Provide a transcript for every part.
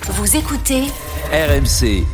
Vous écoutez RMC.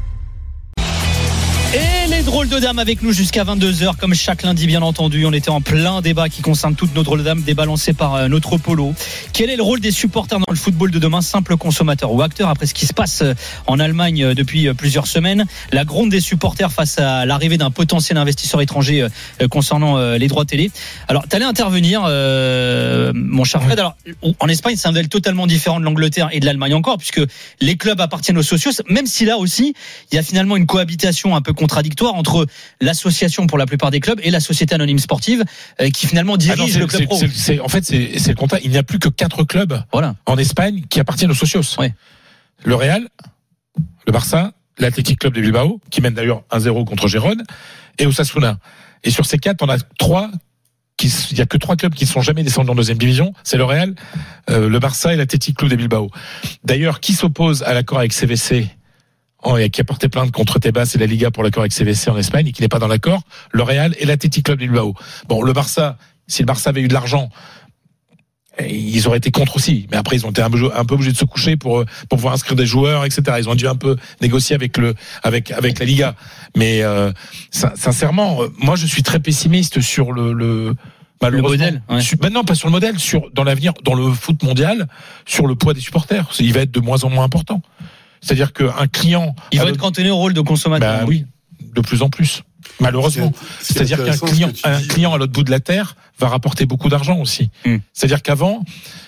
Et les drôles de dames avec nous jusqu'à 22h, comme chaque lundi bien entendu. On était en plein débat qui concerne toutes nos drôles de dames, débat lancé par notre Polo. Quel est le rôle des supporters dans le football de demain, simple consommateur ou acteur, après ce qui se passe en Allemagne depuis plusieurs semaines? La gronde des supporters face à l'arrivée d'un potentiel investisseur étranger concernant les droits télé. Alors, t'allais intervenir, mon cher Fred. Alors, en Espagne, c'est un modèle totalement différent de l'Angleterre et de l'Allemagne encore, puisque les clubs appartiennent aux socios, même si là aussi, il y a finalement une cohabitation un peu contradictoire entre l'association pour la plupart des clubs et la société anonyme sportive qui finalement dirige le club pro. En fait, c'est le contraire. Il n'y a plus que 4 clubs en Espagne qui appartiennent aux socios. Ouais. Le Real, le Barça, l'Athletic Club de Bilbao, qui mène d'ailleurs 1-0 contre Gérone, et Osasuna. Et sur ces 4, on a 3. Il n'y a que 3 clubs qui ne sont jamais descendus en deuxième division. C'est le Real, le Barça et l'Athletic Club de Bilbao. D'ailleurs, qui s'oppose à l'accord avec CVC et qui a porté plainte contre Tebas et la Liga pour l'accord avec CVC en Espagne et qui n'est pas dans l'accord, le Real et l'Athletic Club de Bilbao. Bon, le Barça, si le Barça avait eu de l'argent, ils auraient été contre aussi. Mais après, ils ont été un peu obligés de se coucher pour pouvoir inscrire des joueurs, etc. Ils ont dû un peu négocier avec la Liga. Mais sincèrement, moi, je suis très pessimiste sur le modèle. Ouais. Non, pas sur le modèle, dans l'avenir, dans le foot mondial, sur le poids des supporters. Il va être de moins en moins important. C'est-à-dire qu'un client... Il va être cantonné au rôle de consommateur. Bah oui, de plus en plus. Malheureusement. C'est-à-dire qu'un client à l'autre bout de la terre va rapporter beaucoup d'argent aussi. C'est-à-dire qu'avant,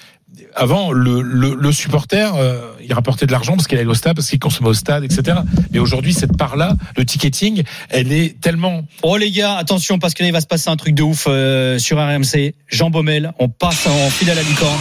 le supporter, il rapportait de l'argent parce qu'il allait au stade, parce qu'il consommait au stade, etc. Mais aujourd'hui, cette part-là, le ticketing, elle est tellement... Oh les gars, attention, parce que là, il va se passer un truc de ouf sur RMC. Jean Baumel, on passe en fil à la licorne.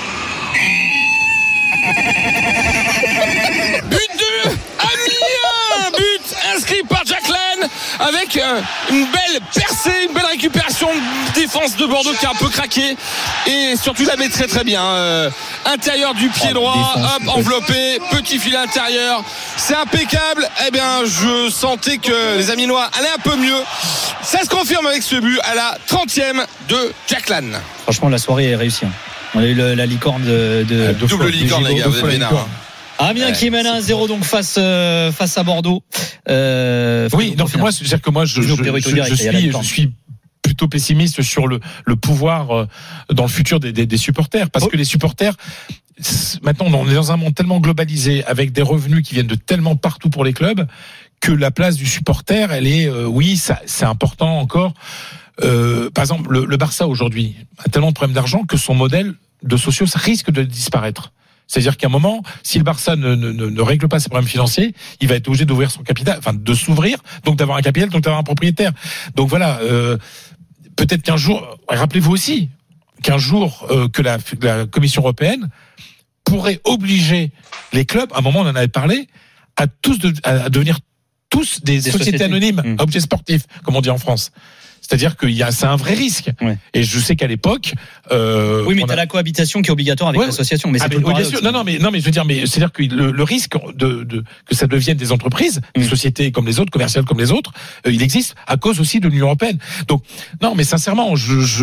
Inscrit par Jack Lane avec une belle percée, une belle récupération de défense de Bordeaux qui a un peu craqué et surtout il la met très très bien intérieur du pied droit, enveloppé, petit filet intérieur, c'est impeccable. Eh bien je sentais que les Aminois allaient un peu mieux, ça se confirme avec ce but à la 30e de Jack Lane. Franchement la soirée est réussie. On a eu la licorne de double licorne les gars, vous êtes vénard. Amiens qui mène 1-0 donc face à Bordeaux. Oui, donc moi, c'est-à-dire que moi, je suis plutôt pessimiste sur le pouvoir dans le futur des supporters, parce que les supporters, maintenant, on est dans un monde tellement globalisé, avec des revenus qui viennent de tellement partout pour les clubs, que la place du supporter, elle est, c'est important encore. Par exemple, le Barça aujourd'hui a tellement de problèmes d'argent que son modèle de socios risque de disparaître. C'est-à-dire qu'à un moment, si le Barça ne règle pas ses problèmes financiers, il va être obligé d'ouvrir son capital, enfin de s'ouvrir, donc d'avoir un capital, donc d'avoir un propriétaire. Donc voilà, peut-être qu'un jour, rappelez-vous aussi qu'un jour que la Commission européenne pourrait obliger les clubs, à un moment on en avait parlé, à devenir tous des sociétés anonymes, à objet sportif, comme on dit en France. C'est-à-dire que c'est un vrai risque. Ouais. Et je sais qu'à l'époque, oui, mais t'as la cohabitation qui est obligatoire avec l'association. Mais c'est tout le paradoxe. Non, mais je veux dire, c'est-à-dire que le risque que ça devienne des entreprises, des sociétés comme les autres, commerciales comme les autres, il existe à cause aussi de l'Union européenne. Donc, non, mais sincèrement,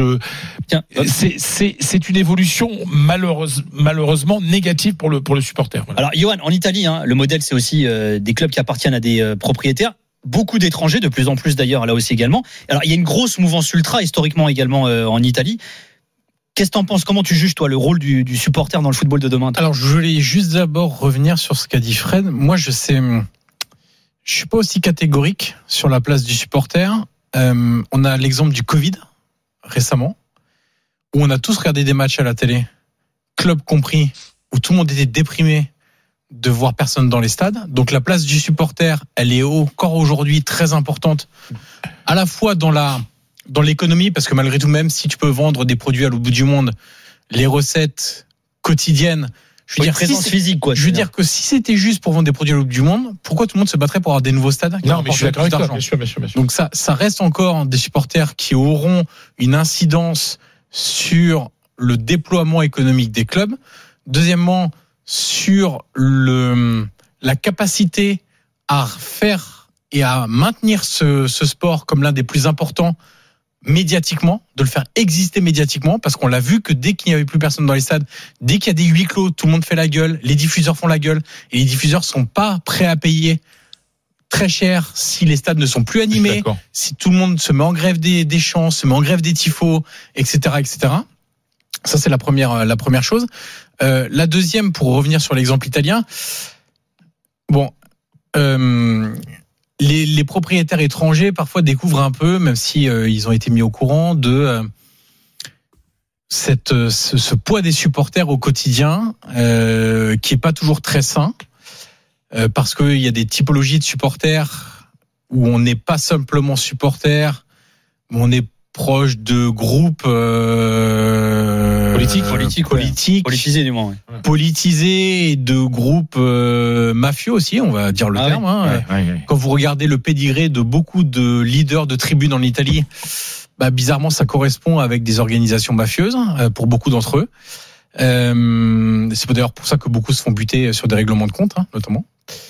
c'est une évolution malheureusement négative pour le supporter. Voilà. Alors, Johan, en Italie, le modèle, c'est aussi des clubs qui appartiennent à des propriétaires. Beaucoup d'étrangers, de plus en plus d'ailleurs, là aussi également. Alors, il y a une grosse mouvance ultra, historiquement également, en Italie. Qu'est-ce que t'en penses? Comment tu juges, toi, le rôle du supporter dans le football de demain? Alors, je voulais juste d'abord revenir sur ce qu'a dit Fred. Moi, je suis pas aussi catégorique sur la place du supporter. On a l'exemple du Covid, récemment, où on a tous regardé des matchs à la télé, club compris, où tout le monde était déprimé de voir personne dans les stades. Donc la place du supporter, elle est encore aujourd'hui très importante, à la fois dans l'économie, parce que malgré tout, même si tu peux vendre des produits à l'autre bout du monde, les recettes quotidiennes, je veux dire, présence physique, quoi. Je veux dire que si c'était juste pour vendre des produits à l'autre bout du monde, pourquoi tout le monde se battrait pour avoir des nouveaux stades? Non, mais je suis d'accord avec toi, bien sûr. Donc ça reste encore des supporters qui auront une incidence sur le déploiement économique des clubs. Deuxièmement, sur la capacité à faire et à maintenir ce sport comme l'un des plus importants médiatiquement, de le faire exister médiatiquement, parce qu'on l'a vu que dès qu'il n'y avait plus personne dans les stades, dès qu'il y a des huis clos, tout le monde fait la gueule, les diffuseurs font la gueule, et les diffuseurs sont pas prêts à payer très cher si les stades ne sont plus animés, si tout le monde se met en grève des chants, se met en grève des tifos, etc., etc. Ça, c'est la première chose. La deuxième, pour revenir sur l'exemple italien, les propriétaires étrangers parfois découvrent un peu, même si ils ont été mis au courant de ce poids des supporters au quotidien, qui est pas toujours très sain, parce qu'il y a des typologies de supporters où on n'est pas simplement supporter, où on est proche de groupes politiques, politisés du moins, politisés, et de groupes mafieux aussi, on va dire le terme. Quand vous regardez le pédigré de beaucoup de leaders de tribus en Italie, bizarrement ça correspond avec des organisations mafieuses pour beaucoup d'entre eux. C'est d'ailleurs pour ça que beaucoup se font buter sur des règlements de compte, notamment.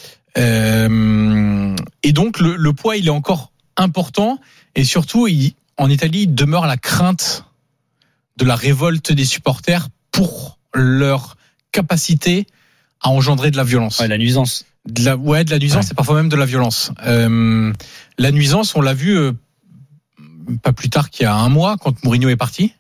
Et donc le poids il est encore important, et surtout en Italie il demeure la crainte de la révolte des supporters pour leur capacité à engendrer de la violence. La nuisance. De la nuisance, et parfois même de la violence. La nuisance, on l'a vu pas plus tard qu'il y a un mois, quand Mourinho est parti.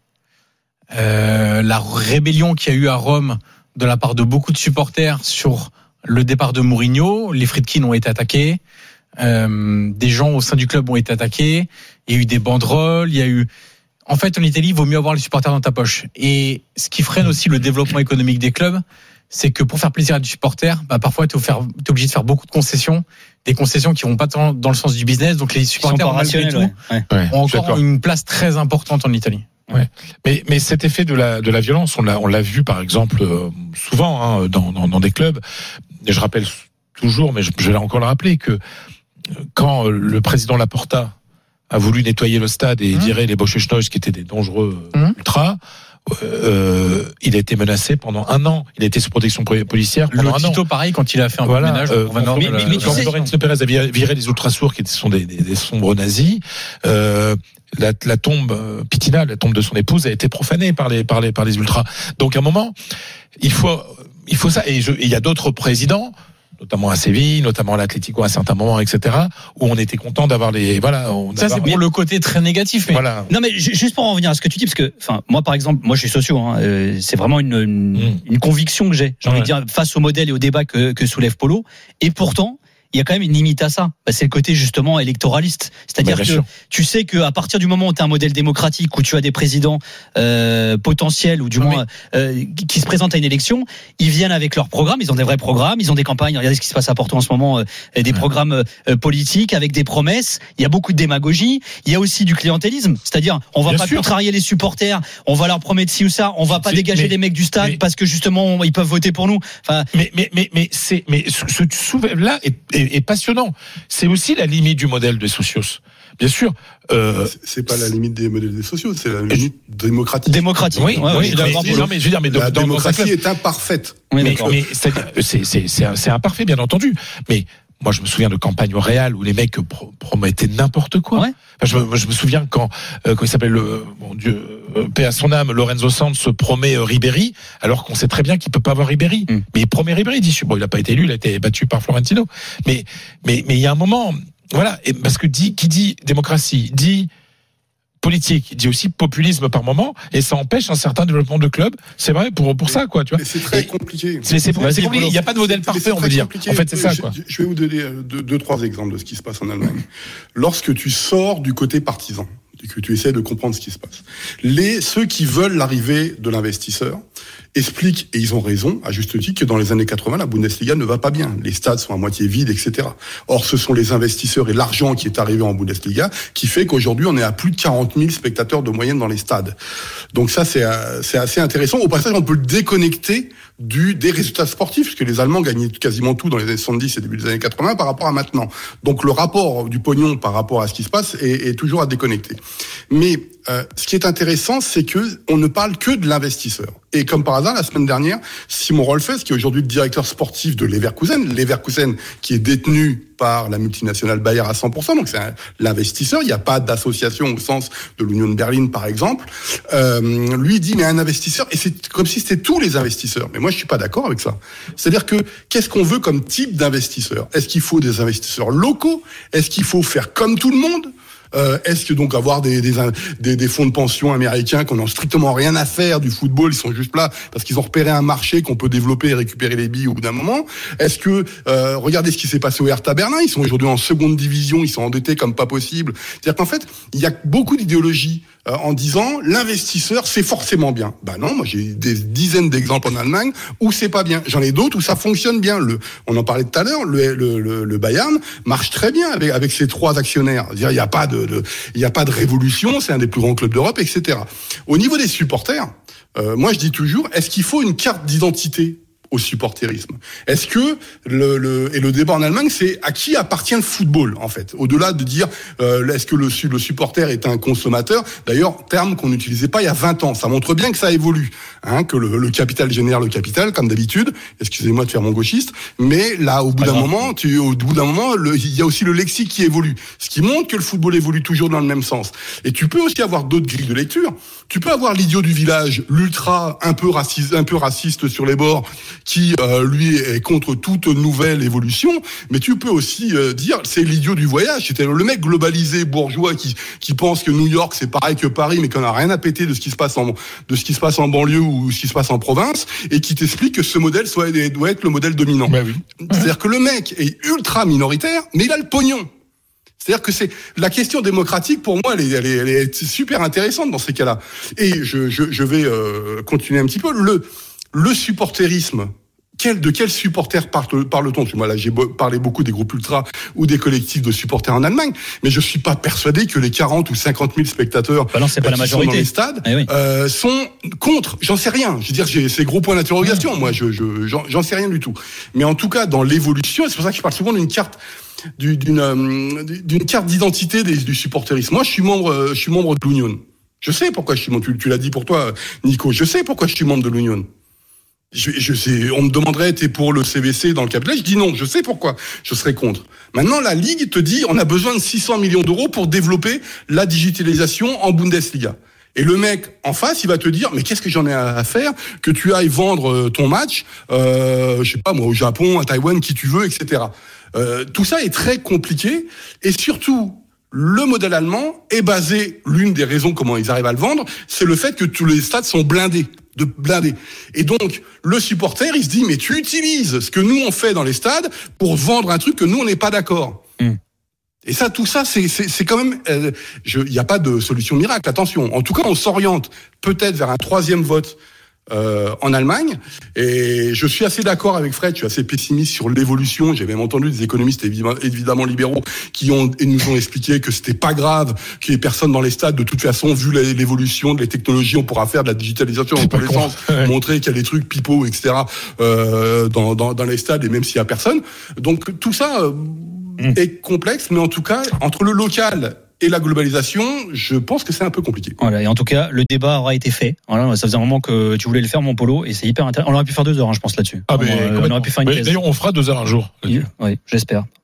La rébellion qu'il y a eu à Rome de la part de beaucoup de supporters sur le départ de Mourinho, les Friedkin ont été attaqués, des gens au sein du club ont été attaqués, il y a eu des banderoles, il y a eu... En fait, en Italie, il vaut mieux avoir les supporters dans ta poche. Et ce qui freine aussi le développement économique des clubs, c'est que pour faire plaisir à des supporters, parfois t'es obligé de faire beaucoup de concessions, des concessions qui vont pas tant dans le sens du business. Donc les supporters malgré tout ont encore une place très importante en Italie. Ouais. Mais cet effet de la violence, on l'a vu par exemple souvent dans des clubs. Et je rappelle toujours, mais je vais encore le rappeler, que quand le président Laporta a voulu nettoyer le stade et virer les Boschechnois qui étaient des dangereux ultras, il a été menacé pendant 1 an. Il a été sous protection policière pendant 1 an. Tito, pareil, quand il a fait un peu de ménage. Mais quand Lorenzo Pérez a viré les ultrasourds qui sont des sombres nazis, la tombe Pitina, la tombe de son épouse, a été profanée par les ultras. Donc à un moment, il faut ça. Et il y a d'autres présidents, notamment à Séville, notamment à l'Atlético à un certain moment, etc., où on était content d'avoir ça, c'est pour le côté très négatif. Mais... Voilà. Non, mais juste pour en revenir à ce que tu dis, parce que, moi, par exemple, moi, je suis socio, c'est vraiment une conviction que j'ai envie de dire, face au modèle et au débat que soulève Polo. Et pourtant, il y a quand même une limite à ça. C'est le côté justement électoraliste. C'est-à-dire que tu sais qu'à partir du moment où tu as un modèle démocratique, où tu as des présidents potentiels, ou du moins qui se présentent à une élection, ils viennent avec leurs programmes, ils ont des vrais programmes, ils ont des campagnes. Regardez ce qui se passe à Porto en ce moment, des programmes politiques avec des promesses. Il y a beaucoup de démagogie. Il y a aussi du clientélisme. C'est-à-dire, on va contrarier les supporters, on va leur promettre ci ou ça, on va pas dégager les mecs du stade parce que justement ils peuvent voter pour nous. Mais ce que tu soulèves là est passionnant. C'est aussi la limite du modèle des socios. Bien sûr. C'est pas la limite des modèles des socios, c'est la limite démocratique. Oui, je suis d'accord. La démocratie est imparfaite. Mais c'est imparfait, bien entendu. Mais moi, je me souviens de campagnes au Real où les mecs promettaient n'importe quoi. Ouais. Je me souviens quand il s'appelle paix à son âme, Lorenzo Sanz se promet Ribéry, alors qu'on sait très bien qu'il peut pas avoir Ribéry. Mais il promet Ribéry, il dit il a pas été élu, il a été battu par Florentino. Mais il y a un moment, voilà, parce que qui dit démocratie, dit politique, dit aussi populisme par moment, et ça empêche un certain développement de clubs. C'est vrai pour ça, quoi, tu vois. Mais c'est très compliqué. C'est compliqué. Il n'y a pas de modèle parfait, on veut dire. En fait, c'est ça, quoi. Je vais vous donner 2-3 exemples de ce qui se passe en Allemagne. Lorsque tu sors du côté partisan, et que tu essaies de comprendre ce qui se passe, ceux qui veulent l'arrivée de l'investisseur expliquent, et ils ont raison, à juste titre, que dans les années 80, la Bundesliga ne va pas bien. Les stades sont à moitié vides, etc. Or, ce sont les investisseurs et l'argent qui est arrivé en Bundesliga qui fait qu'aujourd'hui, on est à plus de 40 000 spectateurs de moyenne dans les stades. Donc ça, c'est assez intéressant. Au passage, on peut le déconnecter des résultats sportifs, parce que les Allemands gagnaient quasiment tout dans les années 70 et début des années 80 par rapport à maintenant. Donc le rapport du pognon par rapport à ce qui se passe est toujours à déconnecter. Mais ce qui est intéressant, c'est que on ne parle que de l'investisseur. Et comme par hasard, la semaine dernière, Simon Rolfes, qui est aujourd'hui le directeur sportif de Leverkusen qui est détenu par la multinationale Bayer à 100%, donc c'est l'investisseur, il n'y a pas d'association au sens de l'Union de Berlin, par exemple, lui dit, mais un investisseur, et c'est comme si c'était tous les investisseurs. Mais moi, je suis pas d'accord avec ça. C'est-à-dire que, qu'est-ce qu'on veut comme type d'investisseur? Est-ce qu'il faut des investisseurs locaux? Est-ce qu'il faut faire comme tout le monde? Est-ce que donc avoir des fonds de pension américains qui n'ont strictement rien à faire du football, ils sont juste là parce qu'ils ont repéré un marché qu'on peut développer et récupérer les billes au bout d'un moment? Est-ce que regardez ce qui s'est passé au Hertha Berlin, ils sont aujourd'hui en seconde division, ils sont endettés comme pas possible. C'est-à-dire qu'en fait, il y a beaucoup d'idéologie en disant l'investisseur c'est forcément bien. Bah non, moi j'ai des dizaines d'exemples en Allemagne où c'est pas bien. J'en ai d'autres où ça fonctionne bien. On en parlait tout à l'heure, le Bayern marche très bien avec ses 3 actionnaires. C'est-à-dire il y a pas de révolution, c'est un des plus grands clubs d'Europe, etc. Au niveau des supporters, moi je dis toujours, est-ce qu'il faut une carte d'identité au supporterisme? Est-ce que le débat en Allemagne, c'est à qui appartient le football, en fait? Au-delà de dire, est-ce que le supporter est un consommateur? D'ailleurs, terme qu'on n'utilisait pas il y a 20 ans. Ça montre bien que ça évolue, que le capital génère le capital, comme d'habitude. Excusez-moi de faire mon gauchiste. Mais là, au bout d'un moment, il y a aussi le lexique qui évolue. Ce qui montre que le football évolue toujours dans le même sens. Et tu peux aussi avoir d'autres grilles de lecture. Tu peux avoir l'idiot du village, l'ultra un peu raciste sur les bords, qui lui est contre toute nouvelle évolution, mais tu peux aussi dire c'est l'idiot du voyage, c'était le mec globalisé bourgeois qui pense que New York c'est pareil que Paris, mais qu'on a rien à péter de ce qui se passe en banlieue ou ce qui se passe en province, et qui t'explique que ce modèle doit être le modèle dominant. Ben oui. C'est-à-dire que le mec est ultra minoritaire, mais il a le pognon. C'est-à-dire que c'est la question démocratique, pour moi, elle est super intéressante dans ces cas-là. Et je vais continuer un petit peu. Le supporterisme, de quel supporter parle-t-on? Moi, là, j'ai parlé beaucoup des groupes ultras ou des collectifs de supporters en Allemagne, mais je suis pas persuadé que les 40 ou 50 000 spectateurs c'est pas la majorité. Sont dans les stades sont contre. J'en sais rien. Je veux dire, j'ai ces gros points d'interrogation. Moi, j'en sais rien du tout. Mais en tout cas, dans l'évolution, c'est pour ça que je parle souvent d'une carte d'identité du supporterisme. Moi, je suis membre de l'Union. Je sais pourquoi je suis membre. Tu l'as dit pour toi, Nico. Je sais pourquoi je suis membre de l'Union. Je sais, on me demanderait, t'es pour le CVC dans le capital? Je dis non, je sais pourquoi je serais contre. Maintenant, la Ligue te dit, on a besoin de 600 millions d'euros pour développer la digitalisation en Bundesliga. Et le mec en face, il va te dire, mais qu'est-ce que j'en ai à faire que tu ailles vendre ton match, je sais pas moi, au Japon, à Taïwan, qui tu veux, etc. Tout ça est très compliqué, et surtout, le modèle allemand est basé, l'une des raisons comment ils arrivent à le vendre, c'est le fait que tous les stades sont blindés. Et donc, le supporter, il se dit, mais tu utilises ce que nous on fait dans les stades pour vendre un truc que nous on n'est pas d'accord. Et ça, tout ça, c'est quand même, il n'y a pas de solution miracle, attention. En tout cas, on s'oriente peut-être vers un 3e vote en Allemagne, et je suis assez d'accord avec Fred, je suis assez pessimiste sur l'évolution. J'ai même entendu des économistes évidemment libéraux qui nous ont expliqué que c'était pas grave qu'il y ait personne dans les stades, de toute façon, vu l'évolution des technologies, on pourra faire de la digitalisation dans tous les sens, montrer qu'il y a des trucs pipeaux, etc. dans les stades, et même s'il y a personne. Donc tout ça est complexe, mais en tout cas, entre le local et la globalisation, je pense que c'est un peu compliqué. Voilà, et en tout cas, le débat aura été fait. Voilà, ça faisait un moment que tu voulais le faire, mon Polo, et c'est hyper intéressant. On aurait pu faire 2 heures, je pense, là-dessus. On aurait pu faire une thèse. D'ailleurs, on fera 2 heures un jour. Oui, j'espère.